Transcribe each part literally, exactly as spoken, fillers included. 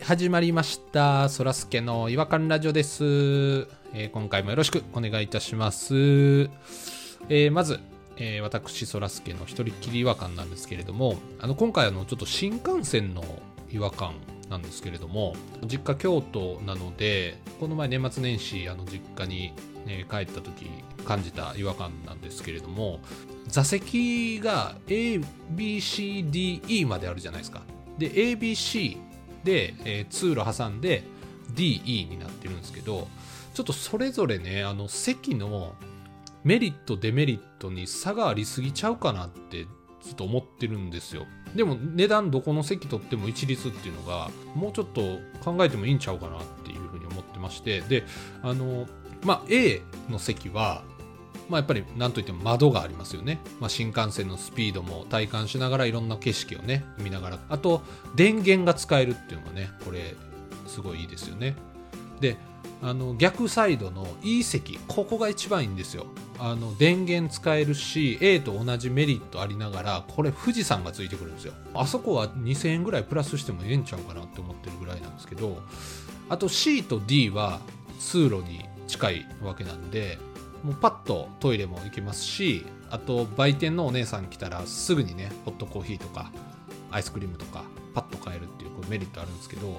始まりましたそらすけの違和感ラジオです、えー、今回もよろしくお願いいたします、えー、まず、えー、私そらすけの一人っきり違和感なんですけれども、あの今回あのちょっと新幹線の違和感なんですけれども、実家京都なのでこの前年末年始あの実家に、ね、帰った時感じた違和感なんですけれども、座席が エービーシーディーイー まであるじゃないですか。で エービーシー で、えー、通路挟んで ディーイー になってるんですけど、ちょっとそれぞれね、あの席のメリットデメリットに差がありすぎちゃうかなってずっと思ってるんですよ。でも値段どこの席取っても一律っていうのがもうちょっと考えてもいいんちゃうかなっていうふうに思ってまして、であのまあ A の席はまあ、やっぱり何といっても窓がありますよね、まあ、新幹線のスピードも体感しながらいろんな景色をね見ながら、あと電源が使えるっていうのがね、これすごいいいですよね。であの逆サイドの E 席、ここが一番いいんですよ。あの電源使えるし A と同じメリットありながら、これ富士山がついてくるんですよ。あそこはにせんえんぐらいプラスしてもええんちゃうかなって思ってるぐらいなんですけど、あと C と D は通路に近いわけなんで、もうパッとトイレも行けますし、あと売店のお姉さん来たらすぐにねホットコーヒーとかアイスクリームとかパッと買えるっていう、こうメリットあるんですけど、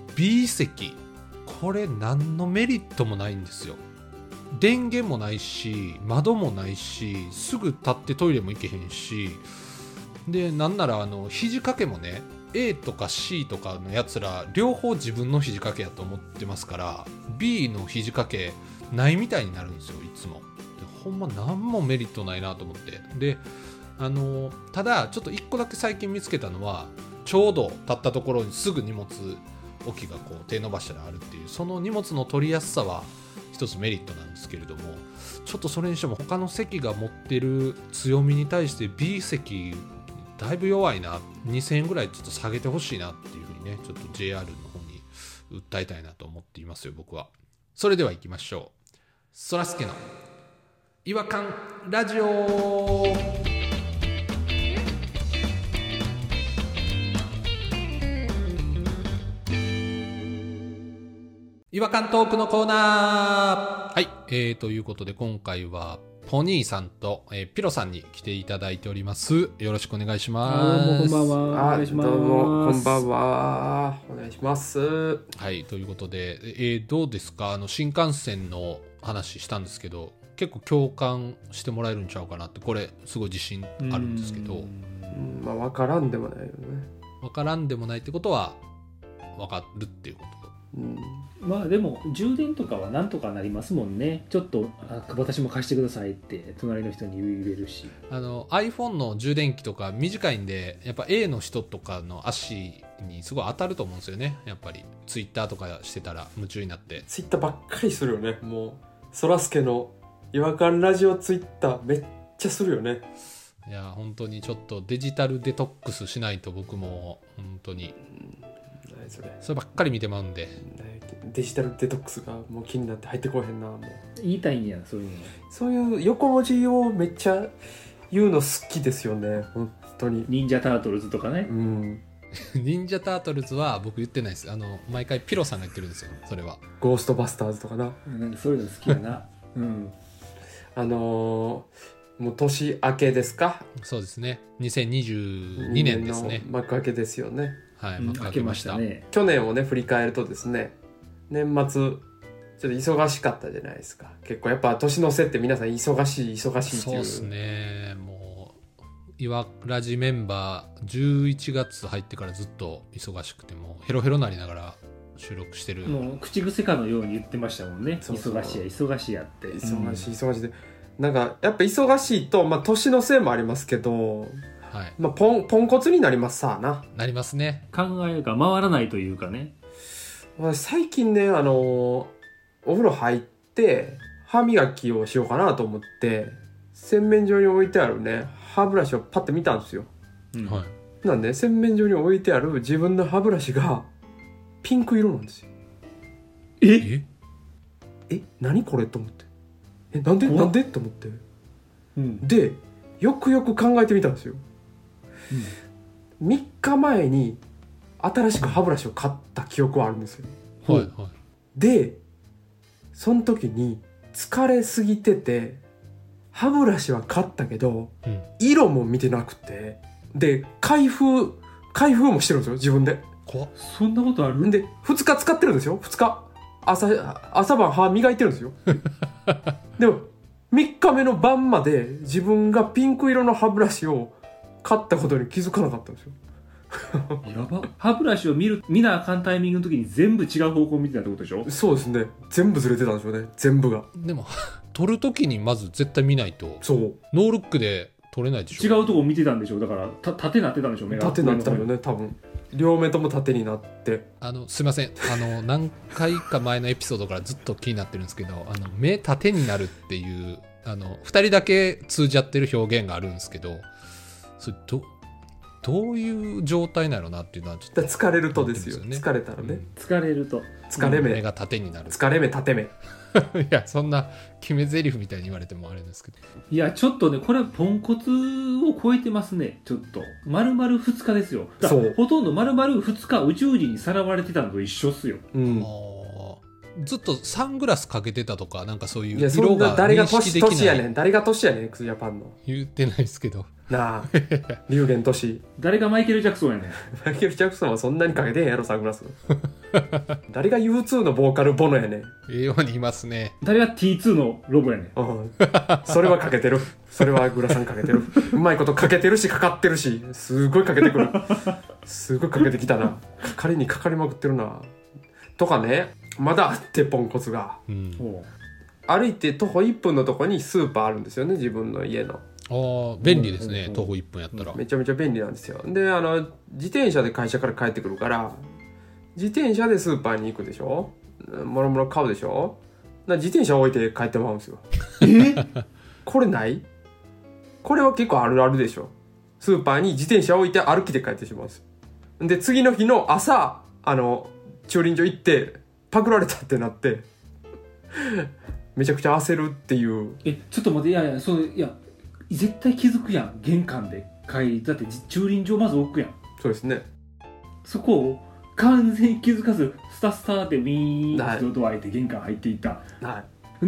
B 席これ何のメリットもないんですよ。電源もないし窓もないし、すぐ立ってトイレも行けへんし、でなんならあの肘掛けもね A とか C とかのやつら両方自分の肘掛けやと思ってますから、 B の肘掛けないみたいになるんですよいつも。でほんま何もメリットないなと思って、であのただちょっといっこだけ最近見つけたのは、ちょうど立ったところにすぐ荷物置きがこう手伸ばしたらあるっていう、その荷物の取りやすさは一つメリットなんですけれども、ちょっとそれにしても他の席が持ってる強みに対して B 席だいぶ弱いな、にせんえんぐらいちょっと下げてほしいなっていうふうにね、ちょっと ジェイアール の方に訴えたいなと思っていますよ僕は。それでは行きましょう。そらすけの違和感ラジオ。違和感トークのコーナー。はい、えー、ということで今回はポニーさんと、えー、ピロさんに来ていただいております。よろしくお願いします。 どうもこんばんは。お願いします。 どうもこんばんは。お願いします。 はい、ということで、えー、どうですか、あの新幹線の話したんですけど、結構共感してもらえるんちゃうかなって、これすごい自信あるんですけど、 うんまあ分からんでもないよね。 分からんでもないってことは分かるっていうこと。 うん、 まあでも充電とかはなんとかなりますもんね。ちょっとあ私も貸してくださいって隣の人に言えるし、 あの iPhone の充電器とか短いんで、やっぱ A の人とかの足にすごい当たると思うんですよね。やっぱり Twitter とかしてたら夢中になって、 ツイッターばっかりするよね。もうそらすけの違和感ラジオツイッターめっちゃするよね。 いや本当にちょっとデジタルデトックスしないと僕も本当に、 うん何それそればっかり見てまうんで、 デジタルデトックスがもう気になって入ってこへんな。もう言いたいんや、そういうの。 そういう横文字をめっちゃ言うの好きですよね本当に。 忍者タートルズとかね、 うん忍者タートルズは僕言ってないです。あの毎回ピロさんが言ってるんですよそれは。 ゴーストバスターズとかな、 なんかそういうの好きやなうんあのー、もう年明けですか。 そうですね、にせんにじゅうにねんですね。 の幕開けですよね。 はい、 うん、 幕開けました。 開けましたね。 去年をね振り返るとですね、年末ちょっと忙しかったじゃないですか。結構やっぱ年の瀬って皆さん忙しい忙しいっていう。 そうですね、もういわらじメンバーじゅういちがつ入ってからずっと忙しくて、もうヘロヘロなりながら収録してる。 もう口癖かのように言ってましたもんね。 そうそう忙しいや忙しいやって忙しい忙しいで、なんかやっぱ忙しいと、まあ、年のせいもありますけど、 はい、 まあ、ポンポンコツになりますさあな。 なりますね。 考えが回らないというかね。 最近ね、あのお風呂入って歯磨きをしようかなと思って洗面所に置いてあるね歯ブラシをパッて見たんですよ、 うんはい、 なんで洗面所に置いてある自分の歯ブラシがピンク色なんですよ。 ええ何これと思って、えなんでなんでと思って、 うん、 でよくよく考えてみたんですよ、うん、みっかまえに新しく歯ブラシを買った記憶はあるんですよ。 はいはいでその時に疲れすぎてて歯ブラシは買ったけど、 うん、 色も見てなくてで開封開封もしてるんですよ自分で。 怖っ。 そんなことある？ でふつか使ってるんですよ。ふつか 朝, 朝晩歯磨いてるんですよでもみっかめの晩まで自分がピンク色の歯ブラシを買ったことに気づかなかったんですよやば。歯ブラシを見る見なあかんタイミングの時に全部違う方向を見てたってことでしょ？ そうですね。全部ずれてたんでしょうね。全部が。 でも撮るときにまず絶対見ないとそうノールックで撮れないでしょ。 違うとこ見てたんでしょ。だからた縦なってたんでしょ。目が縦になってたよね多分。両目とも縦になって。 あのすいません、あの何回か前のエピソードからずっと気になってるんですけど、あの目縦になるっていうあのふたりだけ通じ合ってる表現があるんですけど、それどどういう状態なのなっていうのはちょっと疲れるとですよ。 思ってるんです疲れたらね。 うん、 疲れると疲れ目、 目が縦になる。 疲れ目縦目いやそんな決め台詞みたいに言われてもあれですけど。 いやちょっとねこれポンコツを超えてますね。ちょっと丸々ふつかですよ。だそうほとんど丸々ふつか宇宙人にさらわれてたのと一緒っすよ。 うんずっとサングラスかけてたとかなんかそういういやそんな色が誰が認識でき年年やないねん誰が年やねん x ジャパンの言ってないですけどなあ龍玄年誰がマイケル・ジャクソンやねん。 マイケル・ジャクソンはそんなにかけてへんやろサングラス誰が ユーツー のボーカルボノやねん。 ええようにいますね。 誰が ティーツー のロボやねん。 うん、それはかけてる。それはグラさんかけてる。うまいことかけてるしかかってるしすごいかけてくる。すごいかけてきたな。かかりにかかりまくってるなとかね。まだあってポンコツが、 うん、 歩いて徒歩いっぷんのとこにスーパーあるんですよね自分の家の。 ああ便利ですね、徒歩いっぷんやったら。 めちゃめちゃ便利なんですよ。であの自転車で会社から帰ってくるから自転車でスーパーに行くでしょ。もろもろ買うでしょ。な自転車置いて帰ってもらうんですよ。 えこれない？これは結構あるあるでしょ。スーパーに自転車置いて歩きで帰ってしまうんです。で次の日の朝あの駐輪場行ってパクられたってなってめちゃくちゃ焦るっていう。 えちょっと待って。いやいやそういや絶対気づくやん。玄関で帰りだって駐輪場まず置くやん。 そうですね。 そこを完全に気づかずスタスタってウィーンとドア開いて玄関入っていった。 はい。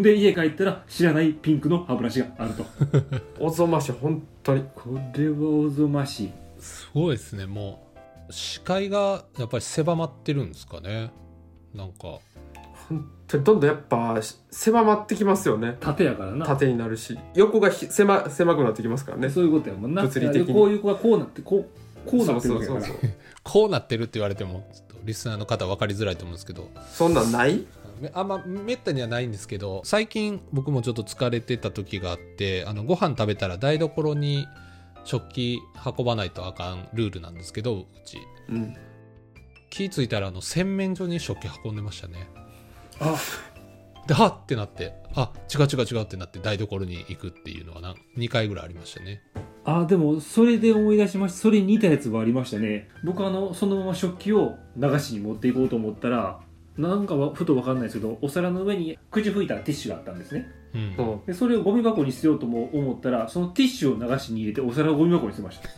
で家帰ったら知らないピンクの歯ブラシがあると。 おぞましい本当に。 これはおぞましい。 すごいですね。もう視界がやっぱり狭まってるんですかね。なんか本当にどんどんやっぱ狭まってきますよね。 縦やからな。 縦になるし横がひ狭狭くなってきますからね。 そういうことやもんな。 物理的にこういう子がこうなってこうこうなってるわけだから。 そうそうそうそうこうなってるって言われてもちょっとリスナーの方分かりづらいと思うんですけど、 そんなんない？ あんまめったにはないんですけど、最近僕もちょっと疲れてた時があって、あのご飯食べたら台所に食器運ばないとあかんルールなんですけど、うち、 うん、 気ぃついたらあの洗面所に食器運んでましたね。 あではってなって、あ違う違う違うってなって台所に行くっていうのはにかいぐらいありましたね。 あでもそれで思い出しました。それに似たやつもありましたね。僕あのそのまま食器を流しに持っていこうと思ったら、なんかはふと分かんないですけど、お皿の上に口拭いたティッシュがあったんですね、 うん、 でそれをゴミ箱に捨てようとも思ったら、そのティッシュを流しに入れてお皿をゴミ箱に捨てました。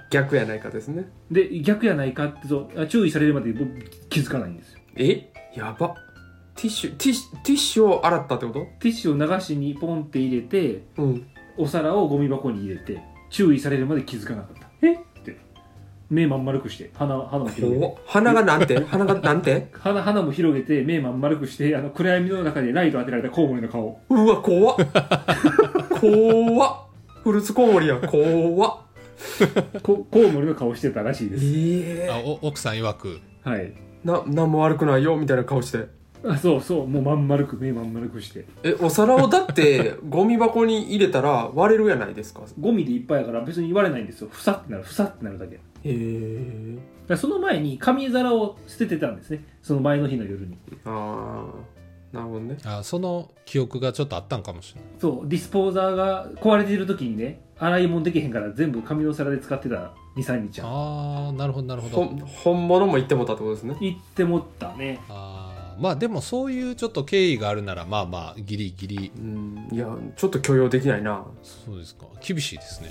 逆やないかですね。 で逆やないかってそう注意されるまで僕気づかないんですよ。 えやば。ティッシュティッシュティッシュを洗ったってこと？ ティッシュを流しにポンって入れて、 うん、 お皿をゴミ箱に入れて注意されるまで気づかなかった。えって目まん丸くして鼻鼻も広げて、 鼻がなんて鼻がなんて鼻鼻も広げて目まん丸くして、あの暗闇の中でライト当てられたコウモリの顔。 うわ怖っ怖っフルーツコウモリや怖っコウモリの顔してたらしいです。 えー、 あお奥さん曰く、 はい。 な何も悪くないよみたいな顔して。 あそうそうもうまん丸く目まん丸くして。 えお皿をだってゴミ箱に入れたら割れるやないですか。 ゴミでいっぱいやから別に言われないんですよ。ふさってなるふさってなるだけ。 へえ。 だからその前に紙皿を捨ててたんですね、その前の日の夜に。 ああなるほどね。 あその記憶がちょっとあったんかもしれない。 そうディスポーザーが壊れてる時にね、洗い物できへんから全部紙の皿で使ってたにさんにち。 ああなるほどなるほど。 本物も言ってもったってことですね。 言ってもったね。 あまあでもそういうちょっと経緯があるならまあまあギリギリ。 うんいやちょっと許容できないな。 そうですか。厳しいですね。なんか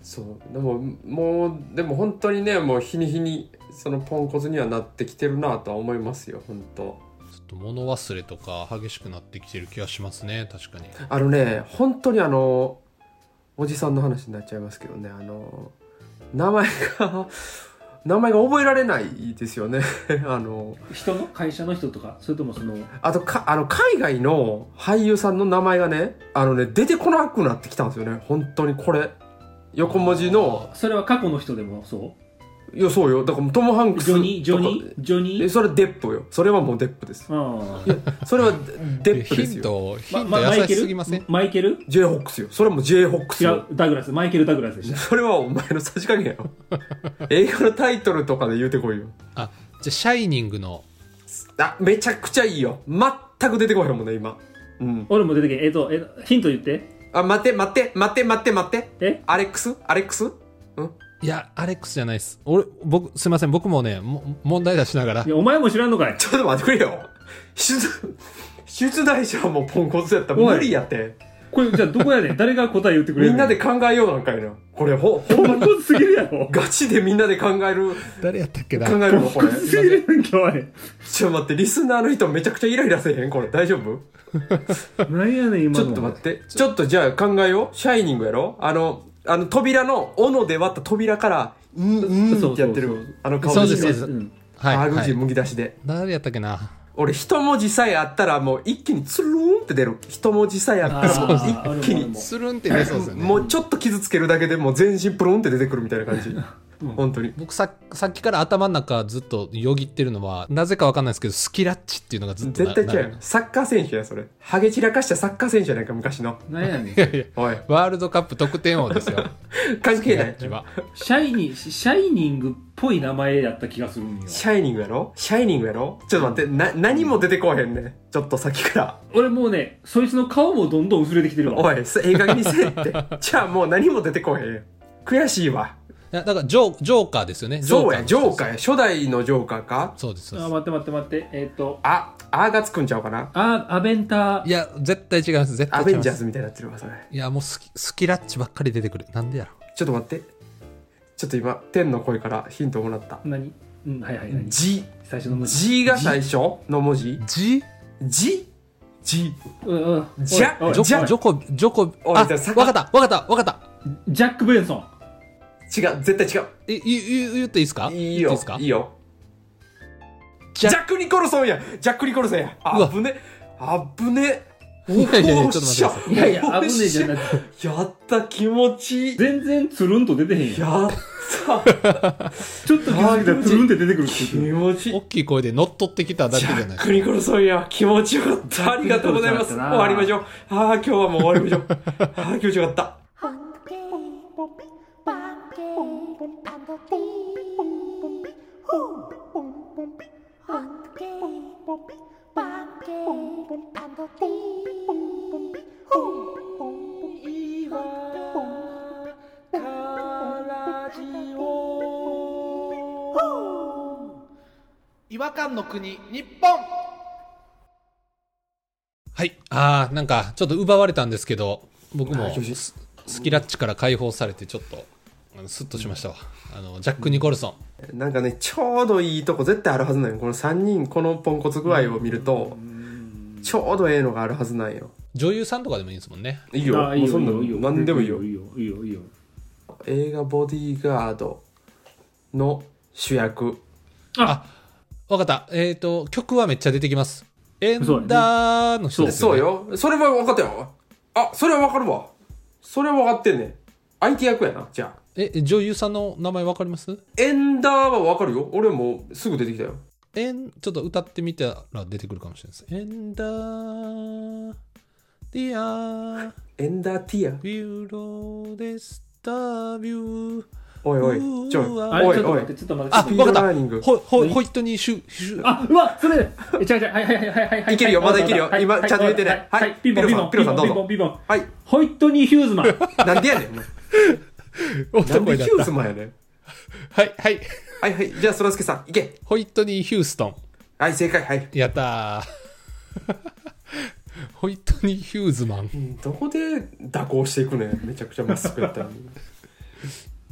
そうでももうでも本当にねもう日に日にそのポンコツにはなってきてるなとは思いますよ本当。 ちょっと物忘れとか激しくなってきてる気がしますね。確かにあのね本当にあのおじさんの話になっちゃいますけどねあの名前が名前が覚えられないですよねあの人の会社の人とかそれともそのあとかあの海外の俳優さんの名前がねあのね出てこなくなってきたんですよね本当にこれ横文字のそれは過去の人でもそういやそうよだからトム・ハンクスジョニージョニとかージョニーえそれデップよそれはもうデップですあいやそれはデップですよヒントヒントまマイ優しケルすぎません？ マイケル J ホックスよそれはもう J ホックスよ違うダグラスマイケル・ダグラスでしたそれはお前のさじ加減やろ映画のタイトルとかで言うてこいよあじゃあシャイニングのあめちゃくちゃいいよ全く出てこへんもんね今うん俺も出てけんえっとえヒント言ってあ待って待って待って待って待ってえアレックスアレックスうんいやアレックスじゃないです俺僕すいません僕もねも問題出しながらいやお前も知らんのかいちょっと待ってくれよ出出題者はもうポンコツやったら無理やってこれじゃあどこやねん誰が答え言ってくれるみんなで考えようなんかいなこれほほんまにポンコツすぎるやろガチでみんなで考える誰やったっけな考えるのこれすぎるやんけおいちょっと待ってリスナーの人めちゃくちゃイライラせえへんこれ大丈夫何やねん今のちょっと待ってちょっとじゃあ考えようシャイニングやろあのあの扉の斧で割った扉からうんうんってやってそうそうそうるあの顔そうですねそうですうんはい、 アールジーはい、 むき出しで誰やったっけな俺一文字さえあったらもう一気にツルーンって出る一文字さえあったらもうあー一気にあるもスルンって出そうですよねもうちょっと傷つけるだけでもう全身プルンって出てくるみたいな感じ本当に僕ささっきから頭の中ずっとよぎってるのはなぜかわかんないですけどスキラッチっていうのがずっとなな絶対違うよサッカー選手やそれハゲ散らかしたサッカー選手やないか昔の何やねんいやいやおいワールドカップ得点王ですよ関係ないスキラッチはシャイニシャイニングっぽい名前やった気がするんよシャイニングやろシャイニングやろちょっと待ってな何も出てこへんねちょっとさっきから俺もうねそいつの顔もどんどん薄れてきてるわおいええ加減にせえってじゃあもう何も出てこへんよ悔しいわいやだからジョージョーカーですよねそうやジョーカーーや初代のジョーカーかそうですそうですあ待って待って待ってえっ、ー、とああーがつくんちゃうかなあアベンターいや絶対違います絶対ア違いますベンジャーズみたいになってるわそれいやもうスキスキラッチばっかり出てくるなんでやろちょっと待ってちょっと今天の声からヒントをもらった何うんはいはい何 G 最初の文字 G が最初の文字 G? G G うんうんじゃおいおいジョじゃジョコジョコおいあじゃあさわかったわかったわかったジャック・ベンソン違う絶対違うえ言言言っていいですかいいよ言っていいですかいいよジャジャック・ニコルソンやジャック・ニコルソンやうわあぶねあぶねいやいやいやちょっと待ってくださいいやいや危ねえじゃなくてやった気持ちいい全然つるんと出てへんやんやったちょっと気づいたらつるんって出てくるって気言って持ちいい大きい声で乗っ取ってきただけジじゃないですかャック・ニコルソンや気持ちよかったありがとうございますジャックニコルソンやったな終わりましょうああ今日はもう終わりましょうああ気持ちよかった違和感の国日本はいあーなんかちょっと奪われたんですけど僕もあー調子いいススキラッチから解放されてちょっとあのスッとしましたわあのジャック・ニコルソンなんかねちょうどいいとこ絶対あるはずなんよこのさんにんこのポンコツ具合を見るとちょうどええのがあるはずなんよ女優さんとかでもいいんですもんねいいよあいいよもうそんないいよの何でもいいよいいよいいよいいよ映画ボディーガードの主役あわかったえっ、ー、と曲はめっちゃ出てきますエンダーの人ですそうよねよそれは分かったよあそれは分かるわそれは分かってんねん相手役やなじゃあえ女優さんの名前わかりますエンダーは分かるよ俺もうすぐ出てきたよエンちょっと歌ってみたら出てくるかもしれないですエンダーディアエンダーティアビューローデスタビューおいおいちょいあれおいおいちょっと待ってちょっと待ってあスピードわかったラーニングホホホイットニーシュシュあうわそれえ違う違うはいはいはいはいはいいけるよまだいけるよはい今ちゃんと言ってねはいはいはいピンポンピンポンピロさんピロさんどうぞピンポンピンポンピンポンはいホイットニー・ヒューズマンなんでやねんお前なん男になったでヒューズマンやねんはいはいはいはいじゃあそらすけさんいけホイットニー・ヒューストンはい正解はいやったーホイットニー・ヒューズマンどこで蛇行していくねんめちゃくちゃまっすぐやったのに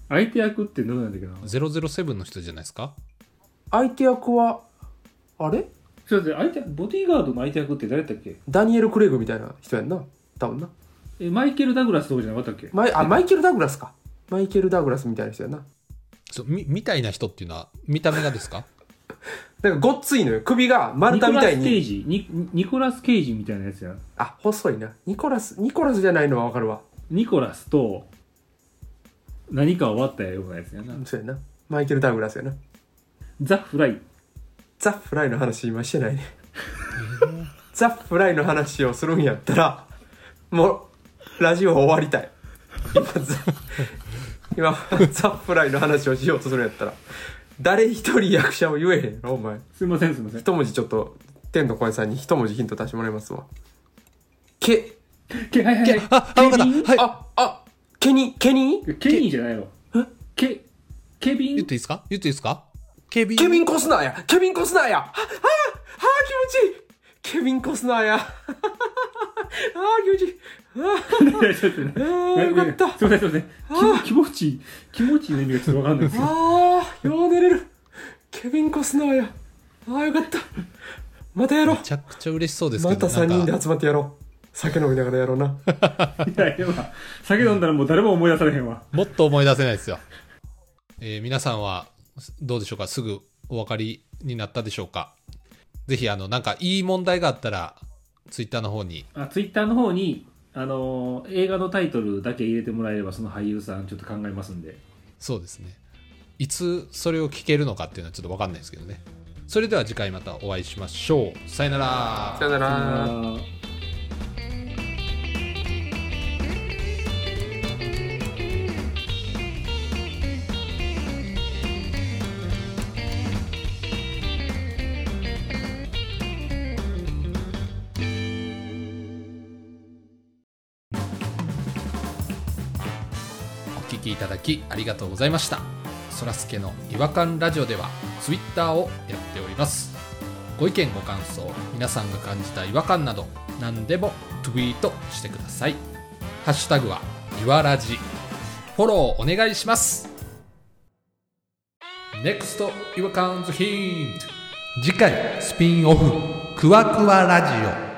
相手役ってどうなんだっけど。 ゼロゼロセブンの人じゃないですか。 相手役はあれそれで相手ボディーガードの相手役って誰だったっけ？ ダニエル・クレイグみたいな人やんな多分な。 えマイケル・ダグラスとかじゃなかったっけ？ マイあマイケル・ダグラスか。マイケル・ダグラスみたいな人やな。 そう み, みたいな人っていうのは見た目がですか？ なんかごっついのよ。首が丸太みたいに。 ニコラス・ケイジ ニ, ニコラス・ケイジみたいなやつや。 あ細いな。ニコラスニコラスじゃないのは分かるわ。 ニコラスと何か終わったようなやつやな。 そうやな。マイケル・ダグラスやな。 ザ・フライ。 ザ・フライの話今してないね。ザ・フライの話をするんやったらもうラジオ終わりたい。今ザ今ザ・フライの話をしようとするんやったら誰一人役者を言えへんやろお前。 すいませんすいません。 一文字ちょっと天の声さんに一文字ヒント出してもらいますわ。けケはいはいはい。 ああ分かった。はい。 ああケニケニケニーじゃないの。ケケビン。 言っていいですか？言っていいですか？ケビン。 ケビン・コスナーやケビン・コスナーやはあはあ気持ちいいケビン・コスナーやあ気持ちいいいやちょっとね。 あーよかった。 すいませんすいません。気気持ちいい気持ちいいの意味がちょっとわかんないですよ。 ああよう寝れるケビン・コスナーやああよかったまたやろうめちゃくちゃ嬉しそうですけど。 またさんにんでなんか集まってやろう酒飲みながらやろうな。 いやでも酒飲んだらもう誰も思い出されへんわ。 もっと思い出せないですよ。えー皆さんはどうでしょうか？すぐお分かりになったでしょうか？ぜひあのなんかいい問題があったらツイッターの方に。 あツイッターの方にあのー映画のタイトルだけ入れてもらえればその俳優さんちょっと考えますんで。 そうですね。いつそれを聞けるのかっていうのはちょっと分かんないですけどね。それでは次回またお会いしましょう。さよなら。 さよなら。 あーお聞きいただきありがとうございました。そらすけの違和感ラジオではツイッターをやっております。ご意見ご感想、皆さんが感じた違和感など何でもツイートしてください。ハッシュタグはいわらじ。フォローお願いします。 ネクスト 違和感ズヒント。次回スピンオフクワクワラジオ。